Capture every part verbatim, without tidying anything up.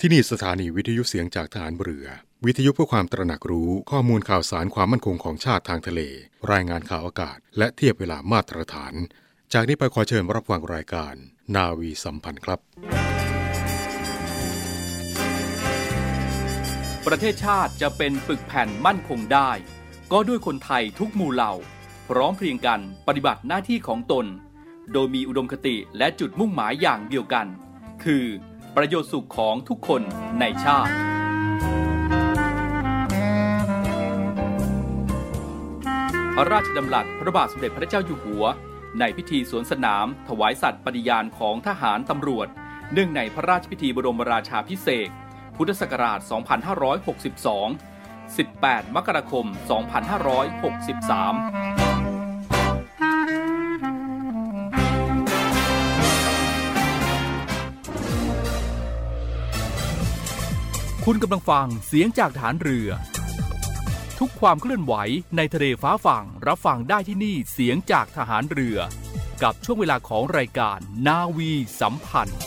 ที่นี่สถานีวิทยุเสียงจากทหารเรือวิทยุเพื่อความตระหนักรู้ข้อมูลข่าวสารความมั่นคงของชาติทางทะเลรายงานข่าวอากาศและเทียบเวลามาตรฐานจากนี้ไปขอเชิญรับฟังรายการนาวีสัมพันธ์ครับประเทศชาติจะเป็นปึกแผ่นมั่นคงได้ก็ด้วยคนไทยทุกหมู่เหล่าพร้อมเพรียงกันปฏิบัติหน้าที่ของตนโดยมีอุดมคติและจุดมุ่งหมายอย่างเดียวกันคือประโยชน์สุขของทุกคนในชาติพระราชดำรัสพระบาทสมเด็จพระเจ้าอยู่หัวในพิธีสวนสนามถวายสัตย์ปฏิญาณของทหารตำรวจเนื่องในพระราชพิธีบรมราชาภิเษกพุทธศักราช สองพันห้าร้อยหกสิบสอง สิบแปด มกราคม สองพันห้าร้อยหกสิบสามคุณกำลังฟังเสียงจากฐานเรือทุกความเคลื่อนไหวในทะเลฟ้าฝั่งรับฟังได้ที่นี่เสียงจากทหารเรือกับช่วงเวลาของรายการนาวีสัมพันธ์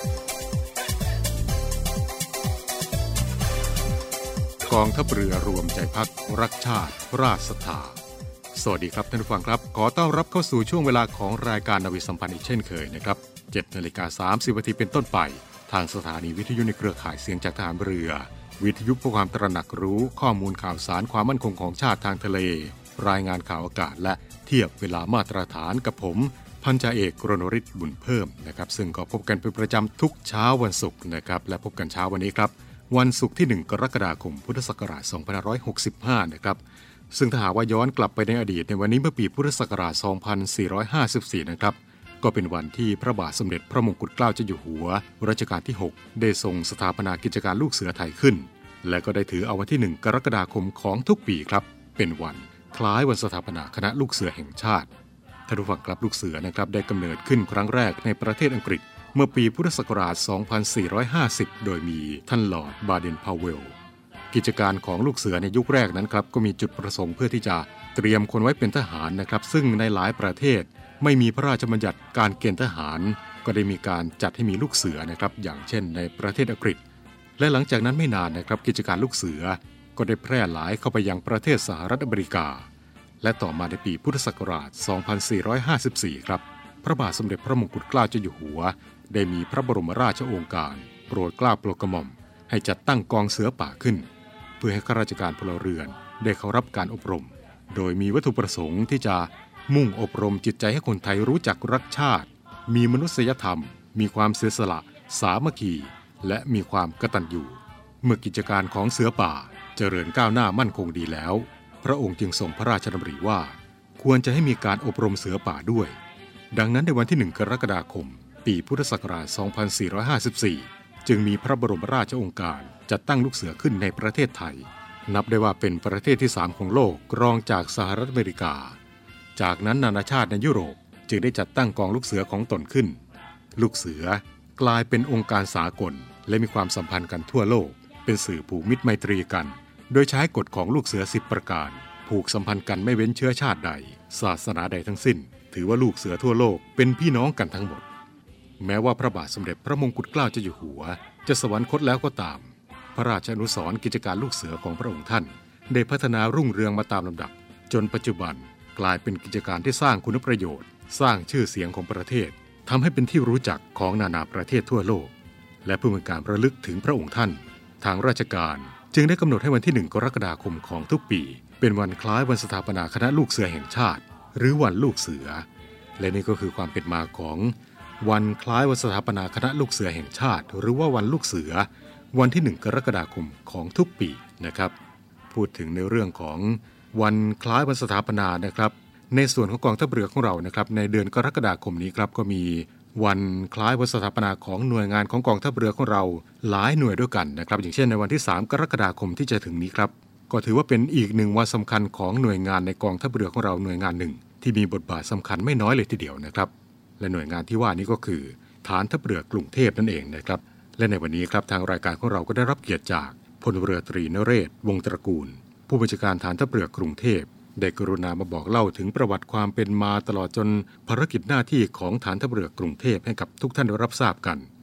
กองทัพเรือรวมใจพักรักชาติราชศรัทธาสวัสดีครับท่านผู้ฟังครับขอต้อนรับเข้าสู่ช่วงเวลาของรายการนาวีสัมพันธ์อีกเช่นเคยนะครับเจ็ดนาฬิกาสามสิบนาทีเป็นต้นไปทางสถานีวิทยุในเครือข่ายเสียงจากทหารเรือวิทยุเพื่อความตระหนักรู้ข้อมูลข่าวสารความมั่นคงของชาติทางทะเลรายงานข่าวอากาศและเทียบเวลามาตรฐานกับผมพันจ่าเอกกรณฤทธิ์บุญเพิ่มนะครับซึ่งก็พบกันเป็นประจำทุกเช้าวันศุกร์นะครับและพบกันเช้าวันนี้ครับวันศุกร์ที่หนึ่งกรกฎาคมพุทธศักราชสองพันห้าร้อยหกสิบห้านะครับซึ่งถ้าหากว่าย้อนกลับไปในอดีตในวันนี้เมื่อปีพุทธศักราชสองพันสี่ร้อยห้าสิบสี่นะครับก็เป็นวันที่พระบาทสมเด็จพระมงกุฎเกล้าเจ้าอยู่หัวรัชกาลที่หกได้ทรงสถาปนากิจการลูกเสือไทยขึ้นและก็ได้ถือเอาวันที่หนึ่งกรกฎาคมของทุกปีครับเป็นวันคล้ายวันสถาปนาคณะลูกเสือแห่งชาติท่านผู้ฟังครับลูกเสือนะครับได้กำเนิดขึ้นครั้งแรกในประเทศอังกฤษเมื่อปีพุทธศักราชสองพันสี่ร้อยห้าสิบโดยมีท่านลอร์ดบาเดนพาวเวลกิจการของลูกเสือในยุคแรกนั้นครับก็มีจุดประสงค์เพื่อที่จะเตรียมคนไว้เป็นทหารนะครับซึ่งในหลายประเทศไม่มีพระราชบัญญัติการเกณฑ์ทหารก็ได้มีการจัดให้มีลูกเสือนะครับอย่างเช่นในประเทศอังกฤษและหลังจากนั้นไม่นานนะครับกิจการลูกเสือก็ได้แพร่หลายเข้าไปยังประเทศสหรัฐอเมริกาและต่อมาในปีพุทธศักราชสองพันสี่ร้อยห้าสิบสี่ครับพระบาทสมเด็จพระมงกุฎเกล้าเจ้าอยู่หัวได้มีพระบรมราชโองการโปรดเกล้าโปรดกระหม่อมให้จัดตั้งกองเสือป่าขึ้นเพื่อให้ข้าราชการพลเรือนได้เข้ารับการอบรมโดยมีวัตถุประสงค์ที่จะมุ่งอบรมจิตใจให้คนไทยรู้จักรักชาติมีมนุษยธรรมมีความเสียสละสามัคคีและมีความกตัญญูเมื่อกิจการของเสือป่าเจริญก้าวหน้ามั่นคงดีแล้วพระองค์จึงทรงพระราชดำริว่าควรจะให้มีการอบรมเสือป่าด้วยดังนั้นในวันที่หนึ่งกรกฎาคมปีพุทธศักราชสองพันสี่ร้อยห้าสิบสี่จึงมีพระบรมราชโองการจัดตั้งลูกเสือขึ้นในประเทศไทยนับได้ว่าเป็นประเทศที่สามของโลกรองจากสหรัฐอเมริกาจากนั้นนานาชาติในยุโรปจึงได้จัดตั้งกองลูกเสือของตนขึ้นลูกเสือกลายเป็นองค์การสากลและมีความสัมพันธ์กันทั่วโลกเป็นสื่อผูกมิตรไมตรีกันโดยใช้กฎของลูกเสือสิบประการผูกสัมพันธ์กันไม่เว้นเชื้อชาติใดศาสนาใดทั้งสิ้นถือว่าลูกเสือทั่วโลกเป็นพี่น้องกันทั้งหมดแม้ว่าพระบาทสมเด็จพระมงกุฎเกล้าเจ้าอยู่หัวจะสวรรคตแล้วก็ตามพระราชอนุสรณ์กิจการลูกเสือของพระองค์ท่านได้พัฒนารุ่งเรืองมาตามลำดับจนปัจจุบันกลายเป็นกิจการที่สร้างคุณประโยชน์สร้างชื่อเสียงของประเทศทำให้เป็นที่รู้จักของนานาประเทศทั่วโลกและเพื่อเป็นการระลึกถึงพระองค์ท่านทางราชการจึงได้กำหนดให้วันที่หนึ่งกรกฎาคมของทุกปีเป็นวันคล้ายวันสถาปนาคณะลูกเสือแห่งชาติหรือวันลูกเสือและนี่ก็คือความเป็นมาของวันคล้ายวันสถาปนาคณะลูกเสือแห่งชาติหรือว่าวันลูกเสือวันที่หนึ่งกรกฎาคมของทุกปีนะครับพูดถึงในเรื่องของวันคล้ายวันสถาปนานะครับในส่วนของกองทัพเรือของเรานะครับในเดือนกรกฎาคมนี้ครับก็มีวันคล้ายวันสถาปนาของหน่วยงานของกองทัพเรือของเราหลายหน่วยด้วยกันนะครับอย่างเช่นในวันที่สามกรกฎาคมที่จะถึงนี้ครับก็ถือว่าเป็นอีกหนึ่งวันสำคัญของหน่วยงานในกองทัพเรือของเราหน่วยงานหนึ่งที่มีบทบาทสำคัญไม่น้อยเลยทีเดียวนะครับและหน่วยงานที่ว่านี้ก็คือฐานทัพเรือกรุงเทพนั่นเองนะครับและในวันนี้ครับทางรายการของเราก็ได้รับเกียรติจากพลเรือตรีนเรศวงศ์ตระกูลผู้บัญชาการฐานทัพเรือกรุงเทพได้กรุณามาบอกเล่าถึงประวัติความเป็นมาตลอดจนภารกิจหน้าที่ของฐานทัพเรือกรุงเทพให้กับทุกท่านได้รับทราบกัน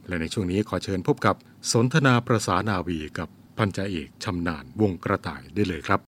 และในช่วงนี้ขอเชิญพบกับสนทนาประสานาวีกับพันจ่าเอกชำนาญวงกระต่ายได้เลยครับ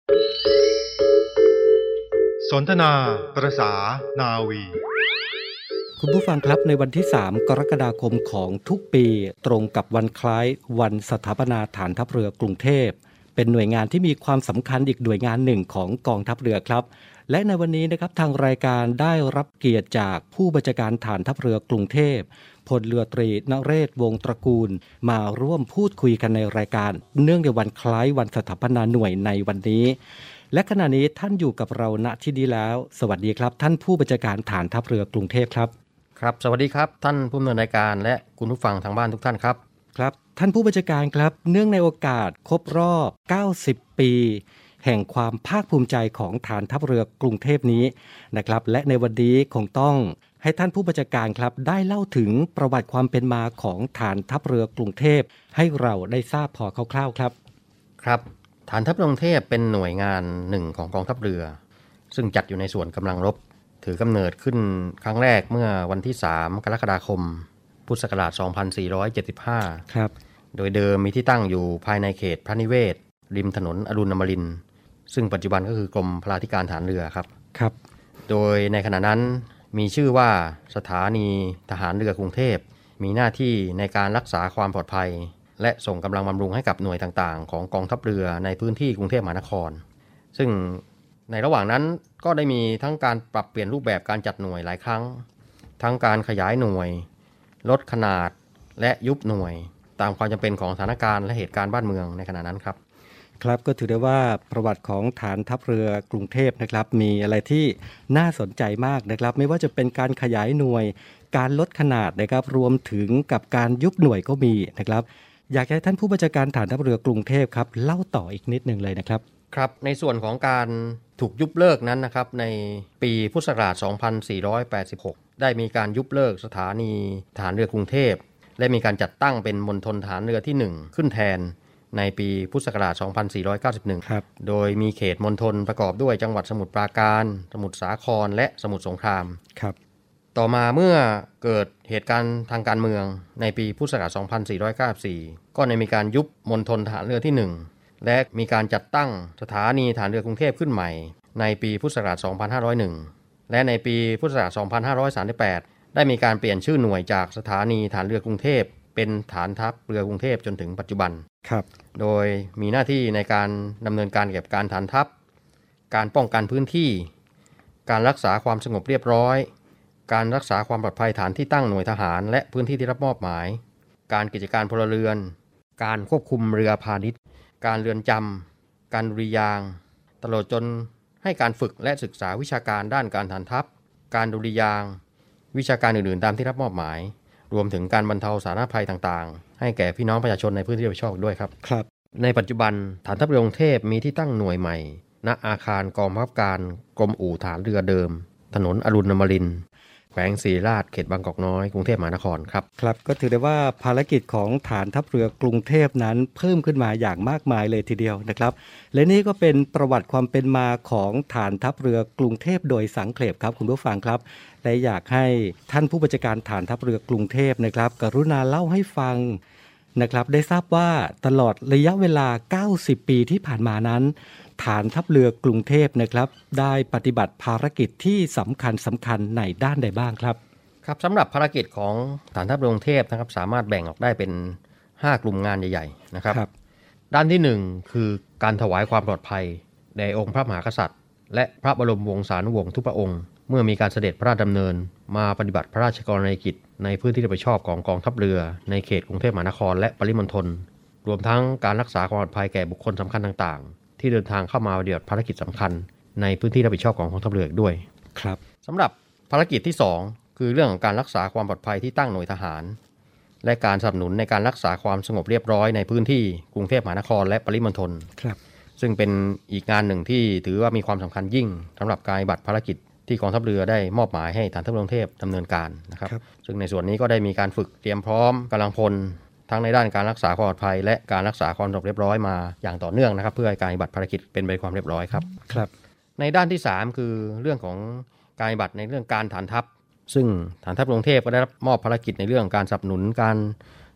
สนทนาประสานาวีคุณผู้ฟังครับในวันที่สามกรกฎาคมของทุกปีตรงกับวันคล้ายวันสถาปนาฐานทัพเรือกรุงเทพเป็นหน่วยงานที่มีความสำคัญอีกหน่วยงานหนึ่งของกองทัพเรือครับและในวันนี้นะครับทางรายการได้รับเกียรติจากผู้บัญชาการฐานทัพเรือกรุงเทพพลเรือตรีนเรศวงศ์ตระกูลมาร่วมพูดคุยกันในรายการเนื่องในวันคล้ายวันสถาปนาหน่วยในวันนี้และขณะนี้ท่านอยู่กับเราณที่นี้แล้วสวัสดีครับท่านผู้บัญชาการฐานทัพเรือกรุงเทพครับครับสวัสดีครับท่านผู้ดำเนินรายการและคุณผู้ฟังทางบ้านทุกท่านครับครับท่านผู้บัญชาการครับเนื่องในโอกาสครบรอบเก้าสิบปีแห่งความภาคภูมิใจของฐานทัพเรือกรุงเทพนี้นะครับและในวันนี้คงต้องให้ท่านผู้บัญชาการครับได้เล่าถึงประวัติความเป็นมาของฐานทัพเรือกรุงเทพให้เราได้ทราบพอคร่าวๆครับครับฐานทัพเรือกรุงเทพเป็นหน่วยงานหนึ่งของกองทัพเรือซึ่งจัดอยู่ในส่วนกำลังรบถือกำเนิดขึ้นครั้งแรกเมื่อวันที่สามกรกฎาคมพุทธศักราชสองพันสี่ร้อยเจ็ดสิบห้าครับโดยเดิมมีที่ตั้งอยู่ภายในเขตพระนิเวศริมถนนอรุณอมรินทร์ซึ่งปัจจุบันก็คือกรมพลาธิการฐานเรือครับครับโดยในขณะนั้นมีชื่อว่าสถานีทหารเรือกรุงเทพมีหน้าที่ในการรักษาความปลอดภัยและส่งกำลังบำรุงให้กับหน่วยต่างๆของกองทัพเรือในพื้นที่กรุงเทพมหานครซึ่งในระหว่างนั้นก็ได้มีทั้งการปรับเปลี่ยนรูปแบบการจัดหน่วยหลายครั้งทั้งการขยายหน่วยลดขนาดและยุบหน่วยตามความจำเป็นของสถานการณ์และเหตุการณ์บ้านเมืองในขณะนั้นครับครับก็ถือได้ว่าประวัติของฐานทัพเรือกรุงเทพนะครับมีอะไรที่น่าสนใจมากนะครับไม่ว่าจะเป็นการขยายหน่วยการลดขนาดนะครับรวมถึงกับการยุบหน่วยก็มีนะครับอยากให้ท่านผู้บัญชาการฐานทัพเรือกรุงเทพครับเล่าต่ออีกนิดนึงเลยนะครับครับในส่วนของการถูกยุบเลิกนั้นนะครับในปีพุทธศักราชสองพันสี่ร้อยแปดสิบหกได้มีการยุบเลิกสถานีฐานเรือกรุงเทพและมีการจัดตั้งเป็นมณฑลฐานเรือที่หนึ่งขึ้นแทนในปีพุทธศักราชสองพันสี่ร้อยเก้าสิบเอ็ดครับโดยมีเขตมณฑลประกอบด้วยจังหวัดสมุทรปราการสมุทรสาครและสมุทรสงครามครับต่อมาเมื่อเกิดเหตุการณ์ทางการเมืองในปีพุทธศักราชสองพันสี่ร้อยเก้าสิบสี่ก็ได้มีการยุบมณฑลฐานเรือที่หนึ่งและมีการจัดตั้งสถานีฐานเรือกรุงเทพขึ้นใหม่ในปีพุทธศักราชสองพันห้าร้อยเอ็ดและในปีพุทธศักราชสองพันห้าร้อยสามสิบแปดได้มีการเปลี่ยนชื่อหน่วยจากสถานีฐานเรือกรุงเทพเป็นฐานทัพเรือกรุงเทพจนถึงปัจจุบันครับโดยมีหน้าที่ในการดำเนินการเกี่ยวกับการฐานทัพการป้องกันพื้นที่การรักษาความสงบเรียบร้อยการรักษาความปลอดภัยฐานที่ตั้งหน่วยทหารและพื้นที่ที่รับมอบหมายการกิจการพลเรือนการควบคุมเรือพาณิชย์การเรือนจำการดุริยางค์ตลอดจนให้การฝึกและศึกษาวิชาการด้านการฐานทัพการดุริยางค์วิชาการอื่นๆตามที่รับมอบหมายรวมถึงการบรรเทาสาธารณภัยต่างๆให้แก่พี่น้องประชาชนในพื้นที่รับผิดชอบด้วยครับครับในปัจจุบันฐานทัพเรือกรุงเทพมีที่ตั้งหน่วยใหม่ณอาคารกองบังคับการกรมอู่ฐานเรือเดิมถนนอรุณอมรินทร์แขวงศรีราชเขตบางกอกน้อยกรุงเทพมหานครครับครับก็ถือได้ว่าภารกิจของฐานทัพเรือกรุงเทพนั้นเพิ่มขึ้นมาอย่างมากมายเลยทีเดียวนะครับและนี่ก็เป็นประวัติความเป็นมาของฐานทัพเรือกรุงเทพโดยสังเขปครับคุณผู้ฟังครับและอยากให้ท่านผู้บัญชาการฐานทัพเรือกรุงเทพนะครับกรุณาเล่าให้ฟังนะครับได้ทราบว่าตลอดระยะเวลาเก้าสิบปีที่ผ่านมานั้นฐานทัพเรือกรุงเทพนะครับได้ปฏิบัติภารกิจที่สำคัญสำคัญในด้านใดบ้างครับครับสำหรับภารกิจของฐานทัพเรือกรุงเทพนะครับสามารถแบ่งออกได้เป็นห้ากลุ่มงานใหญ่ๆนะครับครับด้านที่หนึ่งคือการถวายความปลอดภัยแด่องค์พระมหากษัตริย์และพระบรมวงศานุวงศ์ทุกพระองค์เมื่อมีการเสด็จพระราชดำเนินมาปฏิบัติพระราชกรณียกิจในพื้นที่รับผิดชอบของกองทัพเรือในเขตกรุงเทพมหานครและปริมณฑลรวมทั้งการรักษาความปลอดภัยแก่บุคคลสำคัญต่างๆที่เดินทางเข้ามาปฏิบัติภารกิจสำคัญในพื้นที่รับผิดชอบของกองทัพเรือด้วยครับสำหรับภารกิจที่สองคือเรื่องของการรักษาความปลอดภัยที่ตั้งหน่วยทหารและการสนับสนุนในการรักษาความสงบเรียบร้อยในพื้นที่กรุงเทพมหานครและปริมณฑลครับซึ่งเป็นอีกงานหนึ่งที่ถือว่ามีความสำคัญยิ่งสำหรับการปฏิบัติภารกิจที่กองทัพเรือได้มอบหมายให้ฐานทัพเรือกรุงเทพดำเนินการนะครับซึ่งในส่วนนี้ก็ได้มีการฝึกเตรียมพร้อมกำลังพลทั้งในด้านการรักษาความปลอดภัยและการรักษาความสงบเรียบร้อยมาอย่างต่อเนื่องนะครับเพื่อให้การปฏิบัติภารกิจเป็นไปความเรียบร้อยครับครับในด้านที่สามคือเรื่องของการปฏิบัติในเรื่องการฐานทัพซึ่งฐานทัพกรุงเทพก็ได้รับมอบภารกิจในเรื่องการสนับสนุนการ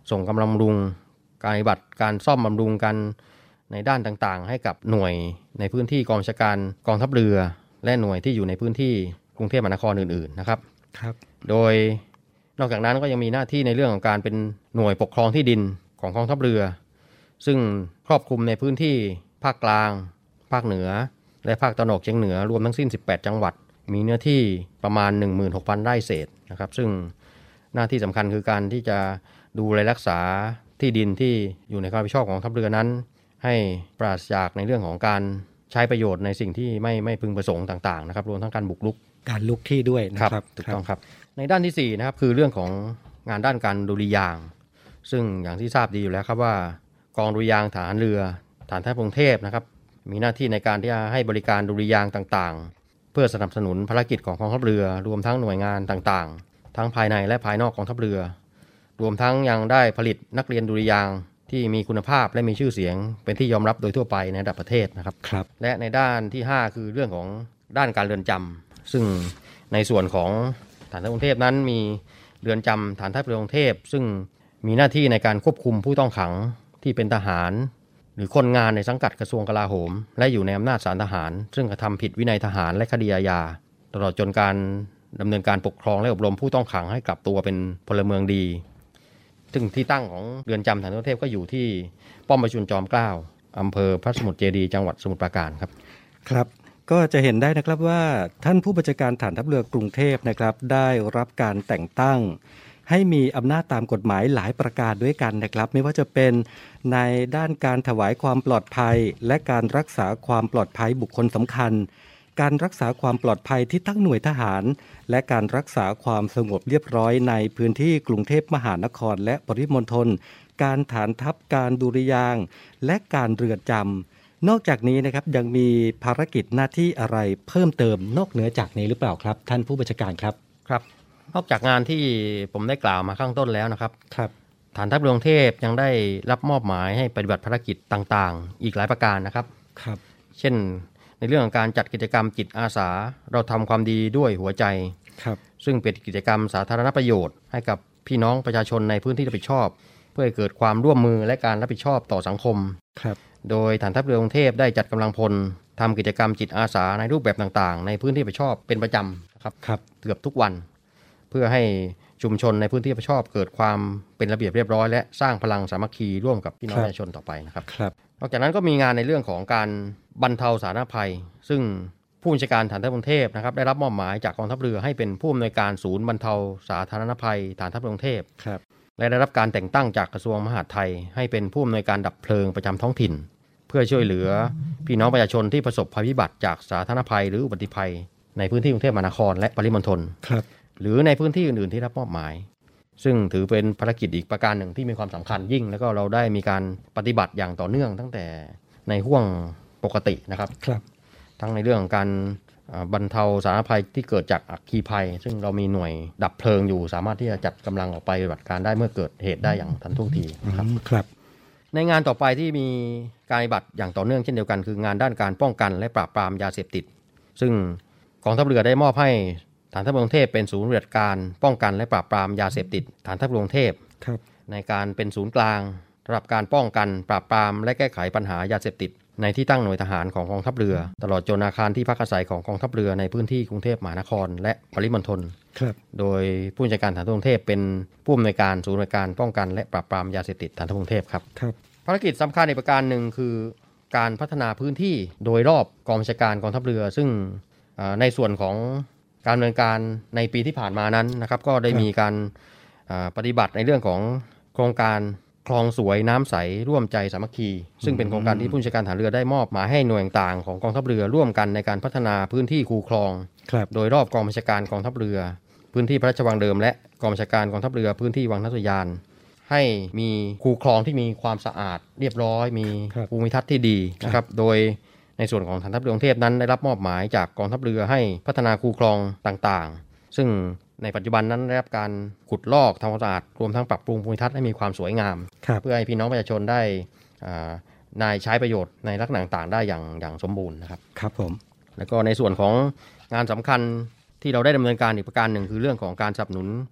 ส่งกำลังบำรุงการปฏิบัติการซ่อมบำรุงกันในด้านต่างๆให้กับหน่วยในพื้นที่กองบัญชาการกองทัพเรือและหน่วยที่อยู่ในพื้นที่กรุงเทพมหานครอื่นๆนะครับครับโดยนอกจากนั้นก็ยังมีหน้าที่ในเรื่องของการเป็นหน่วยปกครองที่ดินของกองทัพเรือซึ่งครอบคลุมในพื้นที่ภาคกลางภาคเหนือและภาคตะวันออกเฉียงเหนือรวมทั้งสิ้นสิบแปดจังหวัดมีเนื้อที่ประมาณ หนึ่งหมื่นหกพัน ไร่เศษนะครับซึ่งหน้าที่สำคัญคือการที่จะดูแลรักษาที่ดินที่อยู่ในความรับผิดชอบของทัพเรือนั้นให้ปราศจากในเรื่องของการใช้ประโยชน์ในสิ่งที่ไม่ไม่พึงประสงค์ต่างๆนะครับรวมทั้งการบุกรุกการลุกที่ด้วยนะครับถูกต้องครับในด้านที่สี่นะครับคือเรื่องของงานด้านการดุริยางค์ซึ่งอย่างที่ทราบดีอยู่แล้วครับว่ากองดุริยางค์ทหารเรือฐานทัพกรุงเทพนะครับมีหน้าที่ในการที่จะให้บริการดุริยางค์ต่างๆเพื่อสนับสนุนภารกิจของกองทัพเรือรวมทั้งหน่วยงานต่างๆทั้งภายในและภายนอกกองทัพเรือรวมทั้งยังได้ผลิตนักเรียนดุริยางค์ที่มีคุณภาพและมีชื่อเสียงเป็นที่ยอมรับโดยทั่วไปในระดับประเทศนะครับครับและในด้านที่ห้าคือเรื่องของด้านการเรือนจำซึ่งในส่วนของฐานทัพกรุงเทพนั้นมีเรือนจำฐานทัพเรือกรุงเทพซึ่งมีหน้าที่ในการควบคุมผู้ต้องขังที่เป็นทหารหรือคนงานในสังกัดกระทรวงกลาโหมและอยู่ในอำนาจศาลทหารซึ่งกระทำผิดวินัยทหารและคดีอาญาตลอดจนการดำเนินการปกครองและอบรมผู้ต้องขังให้กลับตัวเป็นพลเมืองดีซึ่งที่ตั้งของเรือนจำฐานทัพกรุงเทพก็อยู่ที่ป้อมประชุมจอมเกล้าอำเภอพระสมุทรเจดีย์จังหวัดสมุทรปราการครับครับก็จะเห็นได้นะครับว่าท่านผู้บัญชาการฐานทัพเรือกรุงเทพนะครับได้รับการแต่งตั้งให้มีอำนาจตามกฎหมายหลายประการด้วยกันนะครับไม่ว่าจะเป็นในด้านการถวายความปลอดภัยและการรักษาความปลอดภัยบุคคลสำคัญการรักษาความปลอดภัยที่ตั้งหน่วยทหารและการรักษาความสงบเรียบร้อยในพื้นที่กรุงเทพมหานครและปริมณฑลการฐานทัพการดุริยางค์และการเรือนจำนอกจากนี้นะครับยังมีภารกิจหน้าที่อะไรเพิ่มเติมนอกเหนือจากนี้หรือเปล่าครับท่านผู้บัญชาการครับครับนอกจากงานที่ผมได้กล่าวมาข้างต้นแล้วนะครับครับฐานทัพเรือกรุงเทพยังได้รับมอบหมายให้ปฏิบัติภารกิจต่างๆอีกหลายประการนะครับครับเช่นในเรื่องของการจัดกิจกรรมจิตอาสาเราทำความดีด้วยหัวใจครับซึ่งเป็นกิจกรรมสาธารณประโยชน์ให้กับพี่น้องประชาชนในพื้นที่รับผิดชอบเพื่อให้เกิดความร่วมมือและการรับผิดชอบต่อสังคมครับโดยฐานทัพเรือกรุงเทพได้จัดกำลังพลทำกิจกรรมจิตอาสาในรูปแบบต่างๆในพื้นที่รับผิดชอบเป็นประจำครับครับเกือบทุกวันเพื่อให้ชุมชนในพื้นที่รับผิดชอบเกิดความเป็นระเบียบเรียบร้อยและสร้างพลังสามัคคีร่วมกับพี่น้องประชาชนต่อไปนะครับครับนอกจากนั้นก็มีงานในเรื่องของการบรรเทาสาธารณภัยซึ่งผู้บัญชาการฐานทัพกรุงเทพนะครับได้รับมอบหมายจากกองทัพเรือให้เป็นผู้อำนวยการศูนย์บรรเทาสาธารณภัยฐานทัพเรือกรุงเทพครับและได้รับการแต่งตั้งจากกระทรวงมหาดไทยให้เป็นผู้อำนวยการดับเพลิงประจำท้องถิ่นเพื่อช่วยเหลือพี่น้องประชาชนที่ประสบภัยพิบัติจากสาธารณภัยหรืออุบัติภัยในพื้นที่กรุงเทพมหานครและปริมณฑลครับหรือในพื้นที่อื่นๆที่รับมอบหมายซึ่งถือเป็นภารกิจอีกประการหนึ่งที่มีความสำคัญยิ่งแล้วก็เราได้มีการปฏิบัติอย่างต่อเนื่องตั้งแต่ในห่วงปกตินะครับครับทั้งในเรื่องของการบรรเทาสาธารณภัยที่เกิดจากอัคคีภัยซึ่งเรามีหน่วยดับเพลิงอยู่สามารถที่จะจัดกำลังออกไปปฏิบัติการได้เมื่อเกิดเหตุได้อย่างทันท่วงทีครับครับในงานต่อไปที่มีการปฏิบัติอย่างต่อเนื่องเช่นเดียวกันคืองานด้านการป้องกันและปราบปรามยาเสพติดซึ่งกองทัพเรือได้มอบให้ฐานทัพเรือกรุงเทพเป็นศูนย์ปฏิบัติการป้องกันและปราบปรามยาเสพติดฐานทัพเรือกรุงเทพในการเป็นศูนย์กลางสำหรับการป้องกันปราบปรามและแก้ไขปัญหายาเสพติดในที่ตั้งหน่วยทหารของกองทัพเรือตลอดจนอาคารที่พักอาศัยของกองทัพเรือในพื้นที่กรุงเทพมหานครและปริมณฑลโดยผู้บัญชาการฐานทัพกรุงเทพเป็นผู้อำนวยการศูนย์อำนวยการป้องกันและปราบปรามยาเสพติดฐานทัพกรุงเทพครับภารกิจสำคัญในประการหนึ่งคือการพัฒนาพื้นที่โดยรอบกองบัญชาการกองทัพเรือซึ่งในส่วนของการดำเนินการในปีที่ผ่านมานั้นนะครับก็ได้มีการปฏิบัติในเรื่องของโครงการคลองสวยน้ำใสร่วมใจสามัคคีซึ่งเป็นโครงการที่ผู้บัญชาการฐานเรือได้มอบหมายให้หน่วยต่างๆของกองทัพเรือร่วมกันในการพัฒนาพื้นที่คูคลองโดยรอบกองบัญชาการกองทัพเรือพื้นที่พระราชวังเดิมและกองบัญชาการกองทัพเรือพื้นที่วังทัพสุยานให้มีคูคลองที่มีความสะอาดเรียบร้อยมีภูมิทัศน์ที่ดีนะครับโดยในส่วนของฐานทัพเรือกรุงเทพนั้นได้รับมอบหมายจากกองทัพเรือให้พัฒนาคูคลองต่างๆซึ่งในปัจจุบันนั้นได้รับการขุดลอกทำความสะอาดรวมทั้งปรับปรุงภูมิทัศน์ให้มีความสวยงามเพื่อให้พี่น้องประชาชนได้นายใช้ประโยชน์ในลักษณะต่างๆได้อย่างอย่างสมบูรณ์นะครับครับผมแล้วก็ในส่วนของงานสำคัญที่เราได้ดำเนินการอีกประการหนึ่งคือเรื่องของการสนับสนุน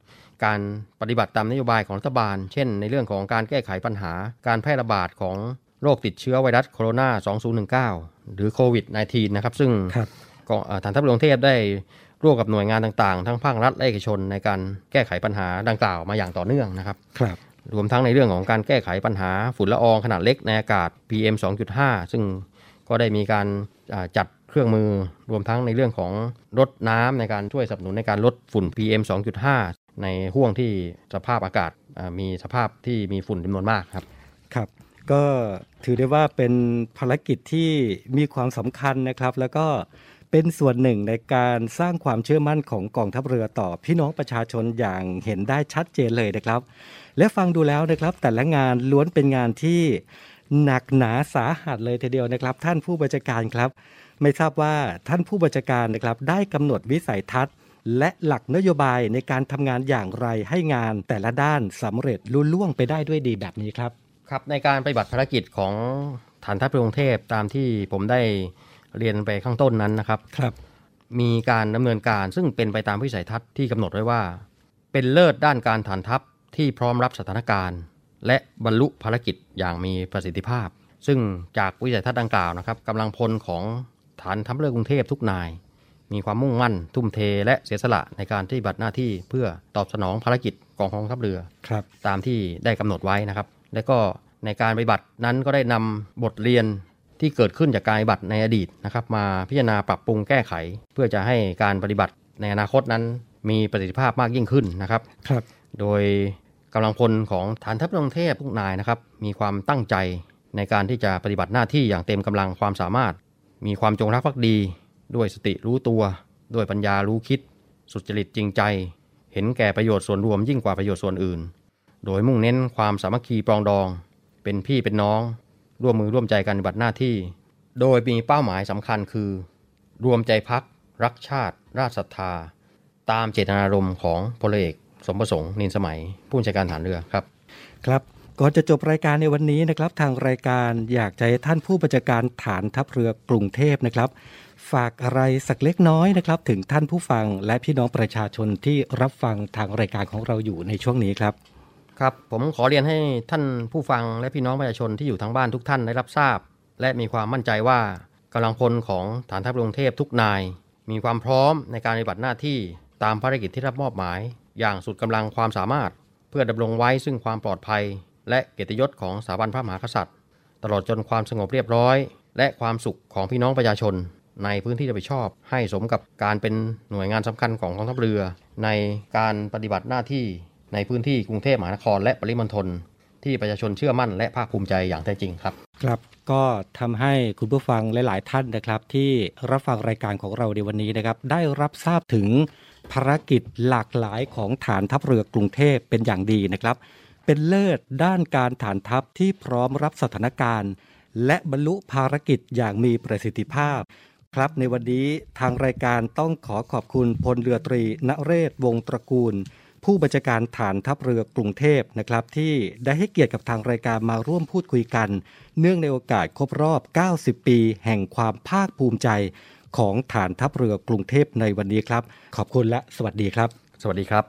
การปฏิบัติตามนโยบายของรัฐบาลเช่นในเรื่องของการแก้ไขปัญหาการแพร่ระบาดของโรคติดเชื้อไวรัสโคโรนาสองพันสิบเก้าหรือโควิด สิบเก้า นะครับซึ่งฐานทัพเรือกรุงเทพได้ร่วมกับหน่วยงานต่างๆทั้งภาครัฐและเอกชนในการแก้ไขปัญหาดังกล่าวมาอย่างต่อเนื่องนะครับครับรวมทั้งในเรื่องของการแก้ไขปัญหาฝุ่นละอองขนาดเล็กในอากาศ พี เอ็ม สองจุดห้า ซึ่งก็ได้มีการจัดเครื่องมือรวมทั้งในเรื่องของรถน้ำในการช่วยสนับสนุนในการลดฝุ่น พี เอ็ม สองจุดห้า ในห่วงที่สภาพอากาศมีสภาพที่มีฝุ่นจำนวนมากครับครับก็ถือได้ว่าเป็นภารกิจที่มีความสำคัญนะครับแล้วก็เป็นส่วนหนึ่งในการสร้างความเชื่อมั่นของกองทัพเรือต่อพี่น้องประชาชนอย่างเห็นได้ชัดเจนเลยนะครับและฟังดูแล้วนะครับแต่ละงานล้วนเป็นงานที่หนักหนาสาหัสเลยทีเดียวนะครับท่านผู้บัญชาการครับไม่ทราบว่าท่านผู้บัญชาการนะครับได้กำหนดวิสัยทัศน์และหลักนโยบายในการทำงานอย่างไรให้งานแต่ละด้านสำเร็จลุล่วงไปได้ด้วยดีแบบนี้ครับครับในการปฏิบัติภารกิจของฐานทัพเรือกรุงเทพตามที่ผมได้เรียนไปข้างต้นนั้นนะครับครับมีการดำเนินการซึ่งเป็นไปตามวิสัยทัศน์ที่กำหนดไว้ว่าเป็นเลิศด้านการฐานทัพที่พร้อมรับสถานการณ์และบรรลุภารกิจอย่างมีประสิทธิภาพซึ่งจากวิสัยทัศน์ดังกล่าวนะครับกำลังพลของฐานทัพเรือกรุงเทพทุกนายมีความมุ่งมั่นทุ่มเทและเสียสละในการที่ปฏิบัติหน้าที่เพื่อตอบสนองภารกิจของกองทัพเรือครับตามที่ได้กำหนดไว้นะครับและก็ในการปฏิบัตินั้นก็ได้นำบทเรียนที่เกิดขึ้นจากการปฏิบัติในอดีตนะครับมาพิจารณาปรับปรุงแก้ไขเพื่อจะให้การปฏิบัติในอนาคตนั้นมีประสิทธิภาพมากยิ่งขึ้นนะครับครับโดยกำลังพลของฐานทัพเรือกรุงเทพทุกนายนะครับมีความตั้งใจในการที่จะปฏิบัติหน้าที่อย่างเต็มกำลังความสามารถมีความจงรักภักดีด้วยสติรู้ตัวด้วยปัญญารู้คิดสุจริตจริงใจเห็นแก่ประโยชน์ส่วนรวมยิ่งกว่าประโยชน์ส่วนอื่นโดยมุ่งเน้นความสามัคคีปรองดองเป็นพี่เป็นน้องร่วมมือร่วมใจกันปฏิบัติหน้าที่โดยมีเป้าหมายสำคัญคือรวมใจพักรักชาติราชศรัทธาตามเจตนารมณ์ของพลเอกสมประสงค์นินสมัยผู้บัญชาการฐานเรือครับครับก่อนจะจบรายการในวันนี้นะครับทางรายการอยากจะให้ท่านผู้บัญชาการฐานทัพเรือกรุงเทพนะครับฝากอะไรสักเล็กน้อยนะครับถึงท่านผู้ฟังและพี่น้องประชาชนที่รับฟังทางรายการของเราอยู่ในช่วงนี้ครับครับผมขอเรียนให้ท่านผู้ฟังและพี่น้องประชาชนที่อยู่ทางบ้านทุกท่านได้รับทราบและมีความมั่นใจว่ากำลังพลของฐานทัพเรือกรุงเทพทุกนายมีความพร้อมในการปฏิบัติหน้าที่ตามภารกิจที่รับมอบหมายอย่างสุดกำลังความสามารถเพื่อดำรงไว้ซึ่งความปลอดภัยและเกียรติยศของสถาบันพระมหากษัตริย์ตลอดจนความสงบเรียบร้อยและความสุขของพี่น้องประชาชนในพื้นที่รับผิดชอบให้สมกับการเป็นหน่วยงานสำคัญของกองทัพเรือในการปฏิบัติหน้าที่ในพื้นที่กรุงเทพมหานครและปริมณฑลที่ประชาชนเชื่อมั่นและภาคภูมิใจอย่างแท้จริงครับครับก็ทำให้คุณผู้ฟังหลายๆท่านนะครับที่รับฟังรายการของเราในวันนี้นะครับได้รับทราบถึงภารกิจหลากหลายของฐานทัพเรือกรุงเทพเป็นอย่างดีนะครับเป็นเลิศด้านการฐานทัพที่พร้อมรับสถานการณ์และบรรลุภารกิจอย่างมีประสิทธิภาพครับในวันนี้ทางรายการต้องขอขอบคุณพลเรือตรีณเรศวงศ์ตระกูลผู้บัญชาการฐานทัพเรือกรุงเทพนะครับที่ได้ให้เกียรติกับทางรายการมาร่วมพูดคุยกันเนื่องในโอกาสครบรอบเก้าสิบปีแห่งความภาคภูมิใจของฐานทัพเรือกรุงเทพในวันนี้ครับขอบคุณและสวัสดีครับสวัสดีครับ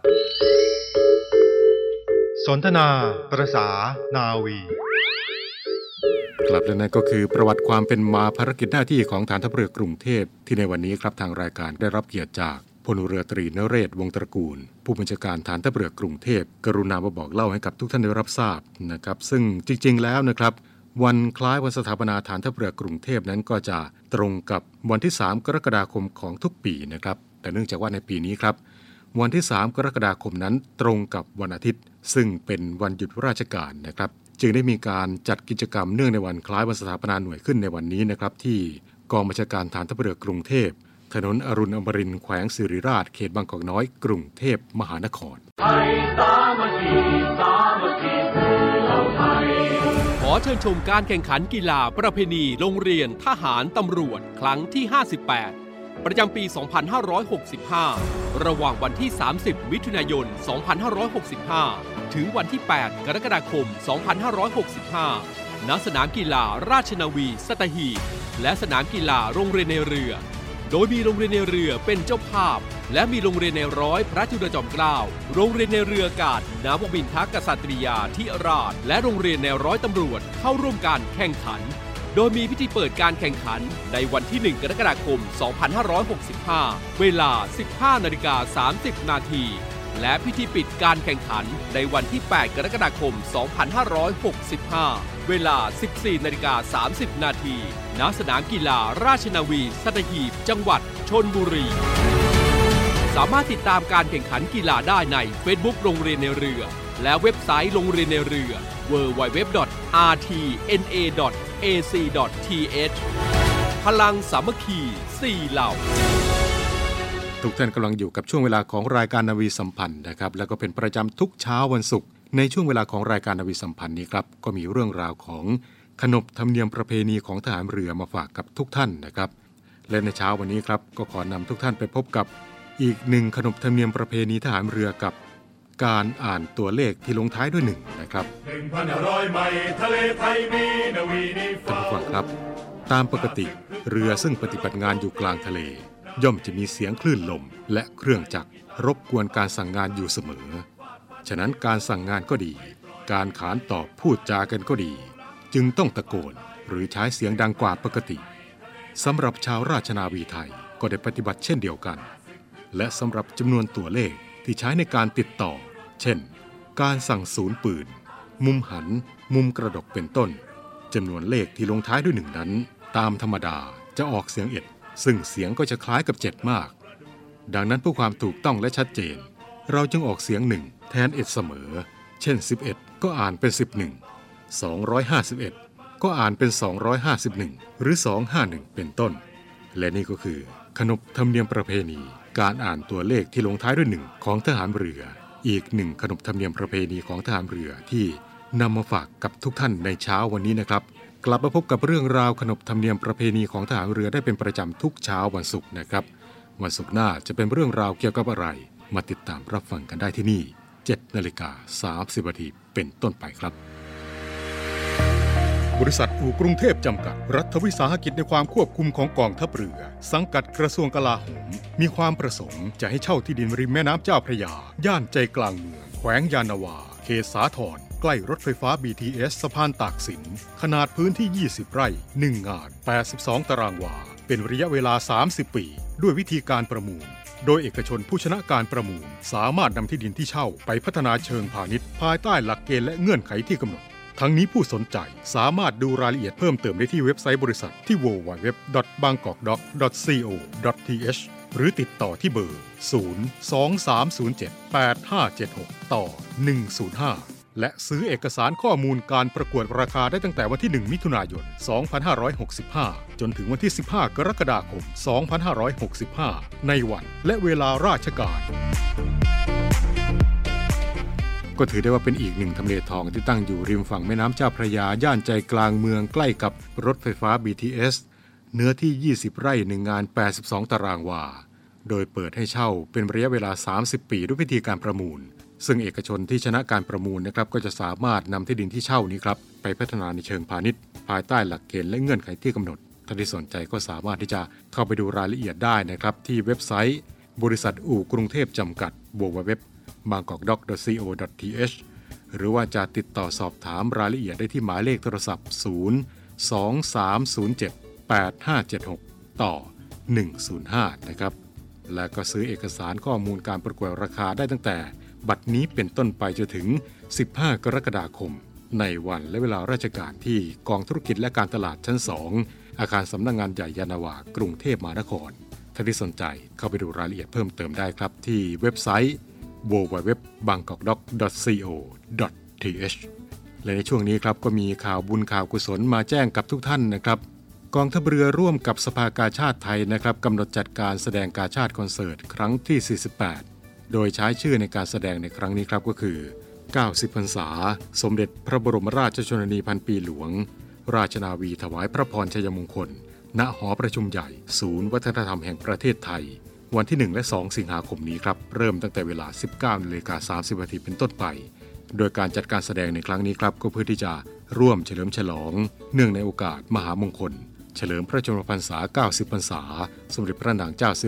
สนทนาประษานาวีกลับแล้วนั่นก็คือประวัติความเป็นมาภารกิจหน้าที่ของฐานทัพเรือกรุงเทพที่ในวันนี้ครับทางรายการได้รับเกียรติจากพลเรือตรีณเรศวงศ์ตระกูลผู้บัญชาการฐานทัพเรือกรุงเทพกรุณามาบอกเล่าให้กับทุกท่านได้รับทราบนะครับซึ่งจริงๆแล้วนะครับวันคล้ายวันสถาปนาฐานทัพเรือกรุงเทพนั้นก็จะตรงกับวันที่สามกรกฎาคมของทุกปีนะครับแต่เนื่องจากว่าในปีนี้ครับวันที่สามกรกฎาคมนั้นตรงกับวันอาทิตย์ซึ่งเป็นวันหยุดราชการนะครับจึงได้มีการจัดกิจกรรมเนื่องในวันคล้ายวันสถาปนาหน่วยขึ้นในวันนี้นะครับที่กองบัญชาการฐานทัพเรือกรุงเทพถนนอรุณอมรินทร์แขวงสิริราชเขตบางกอกน้อยกรุงเทพมหานครขอเชิญชมการแข่งขันกีฬาประเพณีโรงเรียนทหารตำรวจครั้งที่ห้าสิบแปดประจำปี สองพันห้าร้อยหกสิบห้า ระหว่างวันที่ สามสิบ มิถุนายน สองพันห้าร้อยหกสิบห้า ถึงวันที่ แปด กรกฎาคม สองพันห้าร้อยหกสิบห้า ณ สนามกีฬาราชนาวีสัตหีบและสนามกีฬาโรงเรียนในเรือโดยมีโรงเรียนในเรือเป็นเจ้าภาพและมีโรงเรียนในร้อยพระจุลจอมเกล้าโรงเรียนในเรืออากาศนวมินทรกษัตริยาธิราชและโรงเรียนในร้อยตำรวจเข้าร่วมการแข่งขันโดยมีพิธีเปิดการแข่งขันในวันที่หนึ่งกรกฎาคมสองพันห้าร้อยหกสิบห้าเวลา สิบห้านาฬิกาสามสิบนาทีและพิธีปิดการแข่งขันในวันที่แปดกรกฎาคมสองพันห้าร้อยหกสิบห้าเวลา สิบสี่นาฬิกาสามสิบนาทีณสนามกีฬาราชนาวีสัตหีบจังหวัดชลบุรีสามารถติดตามการแข่งขันกีฬาได้ใน Facebook โรงเรียนในเรือและเว็บไซต์โรงเรียนในเรือ ดับเบิลยู ดับเบิลยู ดับเบิลยู ดอท อาร์ ที เอ็น เอ ดอท เอ ซี ดอท ที เอช พลังสามัคคีสี่เหล่าทุกท่านกำลังอยู่กับช่วงเวลาของรายการนาวีสัมพันธ์นะครับแล้วก็เป็นประจำทุกเช้าวันศุกร์ในช่วงเวลาของรายการนาวีสัมพันธ์นี้ครับก็มีเรื่องราวของขนบธรรมเนียมประเพณีของทหารเรือมาฝากกับทุกท่านนะครับและในเช้าวันนี้ครับก็ขอนำทุกท่านไปพบกับอีกหนึ่งขนบธรรมเนียมประเพณีทหารเรือกับการอ่านตัวเลขที่ลงท้ายด้วยหนึ่งนะครับ หนึ่งพันห้าร้อย ไมล์ทะเลไทยมีนาวีนิฟ้าท่านผู้ฟังครับตามปกติเรือซึ่งปฏิบัติงานอยู่กลางทะเลย่อมจะมีเสียงคลื่นลมและเครื่องจักรรบกวนการสั่งงานอยู่เสมอฉะนั้นการสั่งงานก็ดีการขานตอบพูดจากันก็ดีจึงต้องตะโกนหรือใช้เสียงดังกว่าปกติสำหรับชาวราชนาวีไทยก็ได้ปฏิบัติเช่นเดียวกันและสำหรับจำนวนตัวเลขที่ใช้ในการติดต่อเช่นการสั่งศูนย์ปืนมุมหันมุมกระดกเป็นต้นจำนวนเลขที่ลงท้ายด้วยหนึ่งนั้นตามธรรมดาจะออกเสียงเอ็ดซึ่งเสียงก็จะคล้ายกับเจ็ดมากดังนั้นเพื่อความถูกต้องและชัดเจนเราจึงออกเสียงหนึ่งแทนเอ็ดเสมอเช่นสิบเอ็ดก็อ่านเป็นสิบเอ็ด สองร้อยห้าสิบเอ็ดก็อ่านเป็นสองร้อยห้าสิบเอ็ดหรือสองร้อยห้าสิบเอ็ดเป็นต้นและนี่ก็คือขนบธรรมเนียมประเพณีการอ่านตัวเลขที่ลงท้ายด้วยหนึ่งของทหารเรืออีกหนึ่งขนบธรรมเนียมประเพณีของทหารเรือที่นำมาฝากกับทุกท่านในเช้าวันนี้นะครับกลับมาพบกับเรื่องราวขนบธรรมเนียมประเพณีของทหารเรือได้เป็นประจำทุกเช้าวันศุกร์นะครับวันศุกร์หน้าจะเป็นเรื่องราวเกี่ยวกับอะไรมาติดตามรับฟังกันได้ที่นี่ เจ็ดนาฬิกาสามสิบนาทีเป็นต้นไปครับบริษัทอู่กรุงเทพจำกัดรัฐวิสาหกิจในความควบคุมของกองทัพเรือสังกัดกระทรวงกลาโหมมีความประสงค์จะให้เช่าที่ดินริมแม่น้ำเจ้าพระยาย่านใจกลางเมืองแขวงยานนาวาเขตสาทรใกล้รถไฟฟ้า บี ที เอส สะพานตากสินขนาดพื้นที่ยี่สิบไร่หนึ่งงานแปดสิบสองตารางวาเป็นระยะเวลาสามสิบปีด้วยวิธีการประมูลโดยเอกชนผู้ชนะการประมูลสามารถนำที่ดินที่เช่าไปพัฒนาเชิงพาณิชย์ภายใต้หลักเกณฑ์และเงื่อนไขที่กำหนดทั้งนี้ผู้สนใจสามารถดูรายละเอียดเพิ่มเติมได้ที่เว็บไซต์บริษัทที่ ดับเบิลยู ดับเบิลยู ดับเบิลยู ดอท บางกอกด็อก ดอท ซี โอ ดอท ที เอช หรือติดต่อที่เบอร์ ศูนย์ สอง สาม ศูนย์ เจ็ด แปด ห้า เจ็ด หก ต่อ หนึ่ง ศูนย์ ห้า และซื้อเอกสารข้อมูลการประกวดราคาได้ตั้งแต่วันที่ หนึ่ง มิถุนายน สองพันห้าร้อยหกสิบห้า จนถึงวันที่ สิบห้า กรกฎาคม สองพันห้าร้อยหกสิบห้า ในวันและเวลาราชการก็ถือได้ว่าเป็นอีกหนึ่งทำเลทองที่ตั้งอยู่ริมฝั่งแม่น้ำเจ้าพระยาย่านใจกลางเมืองใกล้กับรถไฟฟ้า บี ที เอส เนื้อที่ยี่สิบไร่หนึ่งงานแปดสิบสองตารางวาโดยเปิดให้เช่าเป็นระยะเวลาสามสิบปีด้วยวิธีการประมูลซึ่งเอกชนที่ชนะการประมูลนะครับก็จะสามารถนำที่ดินที่เช่านี้ครับไปพัฒนาในเชิงพาณิชย์ภายใต้หลักเกณฑ์และเงื่อนไขที่กำหนดท่านที่สนใจก็สามารถที่จะเข้าไปดูรายละเอียดได้นะครับที่เว็บไซต์บริษัทอู่กรุงเทพจำกัด ดับเบิลยู ดับเบิลยู ดับเบิลยู ดอท บางกอกด็อก ดอท ซี โอ ดอท ที เอช หรือว่าจะติดต่อสอบถามรายละเอียดได้ที่หมายเลขโทรศัพท์ ศูนย์ สอง สาม ศูนย์ เจ็ด แปด ห้า เจ็ด หก ต่อ หนึ่ง ศูนย์ ห้า นะครับและก็ซื้อเอกสารข้อมูลการประกวดราคาได้ตั้งแต่บัดนี้เป็นต้นไปจนถึง สิบห้า กรกฎาคมในวันและเวลาราชการที่กองธุรกิจและการตลาดชั้น สอง อาคารสำนักงานใหญ่ยานนาวากรุงเทพมหานครท่านที่สนใจเข้าไปดูรายละเอียดเพิ่มเติมได้ครับที่เว็บไซต์ ดับเบิลยู ดับเบิลยู ดับเบิลยู ดอท บางกอกด็อก ดอท ซี โอ ดอท ที เอช และในช่วงนี้ครับก็มีข่าวบุญข่าวกุศลมาแจ้งกับทุกท่านนะครับกองทัพเรือร่วมกับสภากาชาดไทยนะครับกำหนดจัดการแสดงกาชาดคอนเสิร์ตครั้งที่ สี่สิบแปด โดยใช้ชื่อในการแสดงในครั้งนี้ครับก็คือ เก้าสิบ พรรษาสมเด็จพระบรมราชชนนีพันปีหลวงราชนาวีถวายพระพรชัยมงคลณหอประชุมใหญ่ศูนย์วัฒนธรรมแห่งประเทศไทยวันที่หนึ่งและสองสิงหาคมนี้ครับเริ่มตั้งแต่เวลา สิบเก้านาฬิกาสามสิบนาทีเป็นต้นไปโดยการจัดการแสดงในครั้งนี้ครับก็เพื่อที่จะร่วมเฉลิมฉลองเนื่องในโอกาสมหามงคลเฉลิมพระชนมพรรษาเก้าสิบพรรษาสมเด็จพระนางเจ้าสิริกิติ์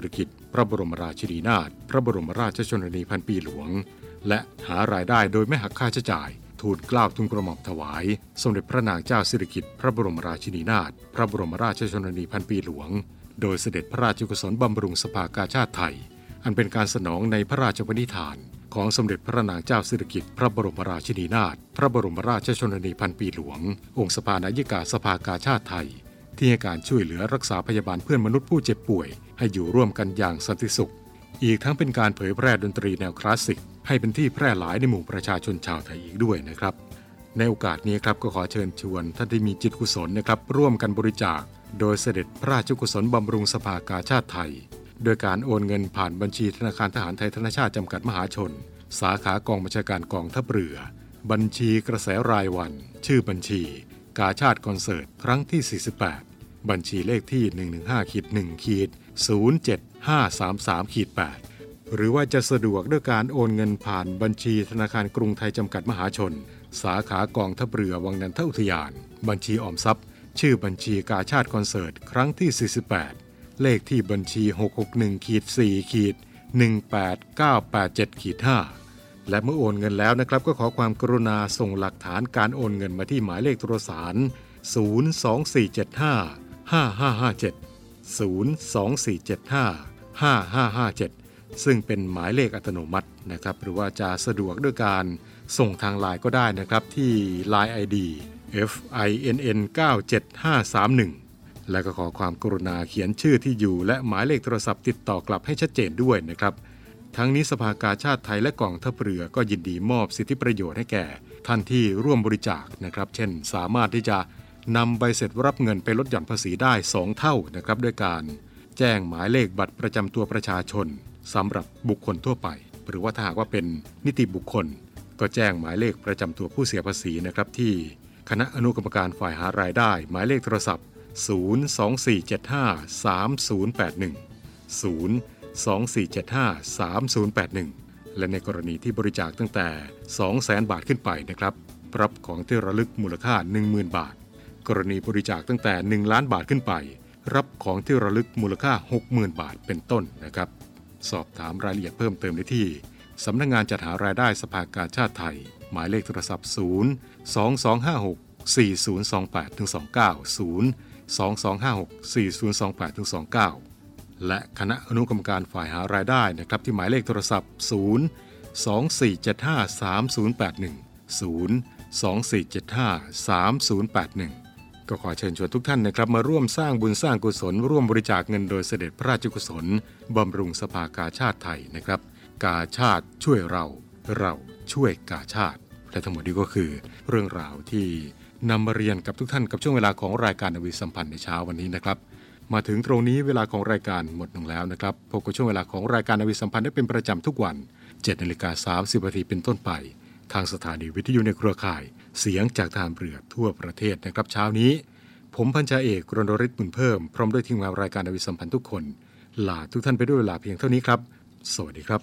พระบรมราชินีนาถพระบรมราชชนนีพันปีหลวงและหารายได้โดยไม่หักค่าใช้จ่ายทูลเกล้าทูลกระหม่อมถวายสมเด็จพระนางเจ้าสิริกิติ์พระบรมราชินีนาถพระบรมราชชนนีพันปีหลวงโดยเสด็จพระราชกุศลบำรุงสภากาชาดไทยอันเป็นการสนองในพระราชปณิธานของสมเด็จพระนางเจ้าสิริกิติ์พระบรมราชินีนาถพระบรมราชชนนีพันปีหลวงองค์สภานายิกาสภากาชาดไทยที่ให้การช่วยเหลือรักษาพยาบาลเพื่อนมนุษย์ผู้เจ็บป่วยให้อยู่ร่วมกันอย่างสันติสุขอีกทั้งเป็นการเผยแพร่ดนตรีแนวคลาสสิกให้เป็นที่แพร่หลายในหมู่ประชาชนชาวไทยอีกด้วยนะครับในโอกาสนี้ครับก็ขอเชิญชวนท่านที่มีจิตกุศลนะครับร่วมกันบริจาคโดยเสด็จพระราชกุศลบำรุงสภากาชาดไทยโดยการโอนเงินผ่านบัญชีธนาคารทหารไทยธนชาติจำกัดมหาชนสาขากองบัญชาการกองทัพเรือบัญชีกระแสรายวันชื่อบัญชีกาชาดคอนเสิร์ตครั้งที่สี่สิบแปดบัญชีเลขที่ หนึ่ง หนึ่ง ห้า หนึ่ง ศูนย์ เจ็ด ห้า สาม สาม แปด หรือว่าจะสะดวกด้วยการโอนเงินผ่านบัญชีธนาคารกรุงไทยจำกัดมหาชนสาขากองทัพเรือวังนันทอุทยานบัญชีออมทรัพย์ชื่อบัญชีกาชาดคอนเสิร์ตครั้งที่สี่สิบแปดเลขที่บัญชี หก หก หนึ่ง สี่ หนึ่ง แปด เก้า แปด เจ็ด ห้า และเมื่อโอนเงินแล้วนะครับก็ขอความกรุณาส่งหลักฐานการโอนเงินมาที่หมายเลขโทรศัพท์ศูนย์ สอง สี่ เจ็ด ห้า ห้า ห้า ห้า เจ็ด ศูนย์ สอง สี่ เจ็ด ห้า ห้า ห้า ห้า เจ็ดซึ่งเป็นหมายเลขอัตโนมัตินะครับหรือว่าจะสะดวกด้วยการส่งทางไลน์ก็ได้นะครับที่ ไลน์ ไอ ดี เอฟ ไอ เอ็น เอ็น เก้า เจ็ด ห้า สาม หนึ่ง และก็ขอความกรุณาเขียนชื่อที่อยู่และหมายเลขโทรศัพท์ติดต่อกลับให้ชัดเจนด้วยนะครับทั้งนี้สภากาชาดไทยและกองทัพเรือก็ยินดีมอบสิทธิประโยชน์ให้แก่ท่านที่ร่วมบริจาคนะครับเช่นสามารถที่จะนำใบเสร็จรับเงินไปลดหย่อนภาษีได้สองเท่านะครับด้วยการแจ้งหมายเลขบัตรประจำตัวประชาชนสำหรับบุคคลทั่วไปหรือว่าถ้าหากว่าเป็นนิติบุคคลก็แจ้งหมายเลขประจำตัวผู้เสียภาษีนะครับที่คณะอนุกรรมการฝ่ายหารายได้หมายเลขโทรศัพท์ศูนย์ สอง สี่ เจ็ด ห้า สาม ศูนย์ แปด หนึ่ง ศูนย์ สอง สี่ เจ็ด ห้า สาม ศูนย์ แปด หนึ่งและในกรณีที่บริจาคตั้งแต่ สองแสน บาทขึ้นไปนะครับรับของที่ระลึกมูลค่า หนึ่งหมื่น บาทกรณีบริจาคตั้งแต่หนึ่งล้านบาทขึ้นไปรับของที่ระลึกมูลค่า หกหมื่น บาทเป็นต้นนะครับสอบถามรายละเอียดเพิ่มเติมได้ที่สำนักงานจัดหารายได้สภากาชาดไทยหมายเลขโทรศัพท์ศูนย์ สอง สอง ห้า หก สี่ ศูนย์ สอง แปด สอง เก้า ศูนย์ สอง สอง ห้า หก สี่ ศูนย์ สอง แปด สอง เก้าและคณะอนุกรรมการฝ่ายหารายได้นะครับที่หมายเลขโทรศัพท์ศูนย์ สอง สี่ เจ็ด ห้า สาม ศูนย์ แปด หนึ่ง ศูนย์ สอง สี่ เจ็ด ห้า สาม ศูนย์ แปด หนึ่งก็ขอเชิญชวนทุกท่านนะครับมาร่วมสร้างบุญสร้างกุศลร่วมบริจาคเงินโดยเสด็จพระราชกุศลบำรุงสภากาชาดไทยนะครับกาชาดช่วยเราเราช่วยกาชาดและทั้งหมดนี้ก็คือเรื่องราวที่นำมาเรียนกับทุกท่านกับช่วงเวลาของรายการนาวีสัมพันธ์ในเช้าวันนี้นะครับมาถึงตรงนี้เวลาของรายการหมดลงแล้วนะครับพบกับช่วงเวลาของรายการนาวีสัมพันธ์ได้เป็นประจำทุกวัน เจ็ดนาฬิกาสามสิบนาทีเป็นต้นไปทางสถานีวิทยุในเครือข่ายเสียงจากทหารเรือทั่วประเทศนะครับเช้านี้ผมพันจ่าเอกรณฤทธิ์บุญเพิ่มพร้อมด้วยทีมงานรายการนาวีสัมพันธ์ทุกคนลาทุกท่านไปด้วยเวลาเพียงเท่านี้ครับสวัสดีครับ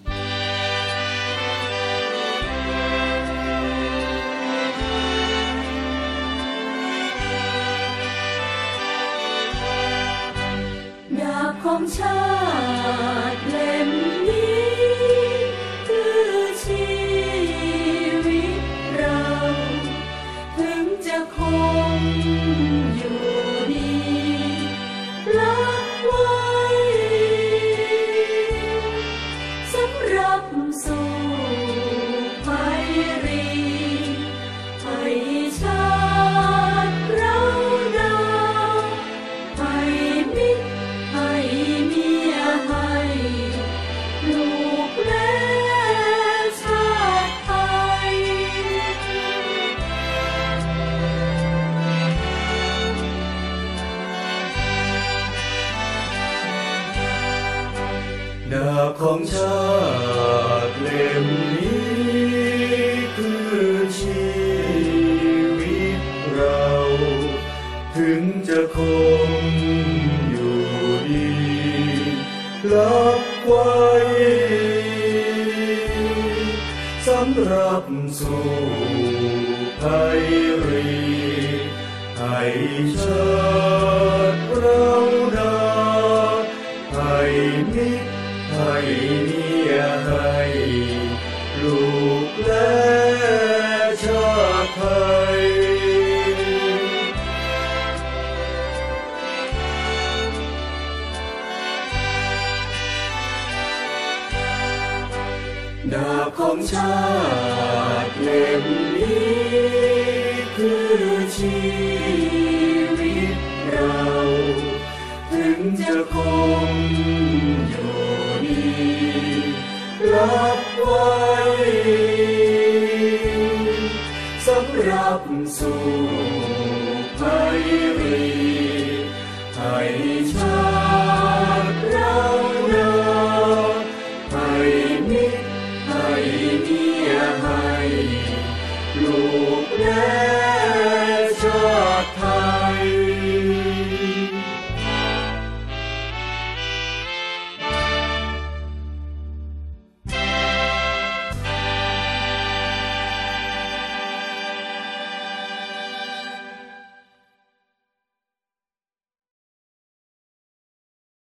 ดาบของชาติเล่มนี้คือชีวิตเราถึงจะคงอยู่ดีรักไว้สำหรับสู่ภัยรีให้ชาติเรานาให้มิตรให้เมียให้ลูกและชาติไทยดาบของชาติเล่มนี้คือชีวิตเราถึงจะคงอยู่ดีรับไว้สำหรับสู่ภัยรีให้ชาติเรานาให้มิตรดาบของชาติเล่มนี้คือชี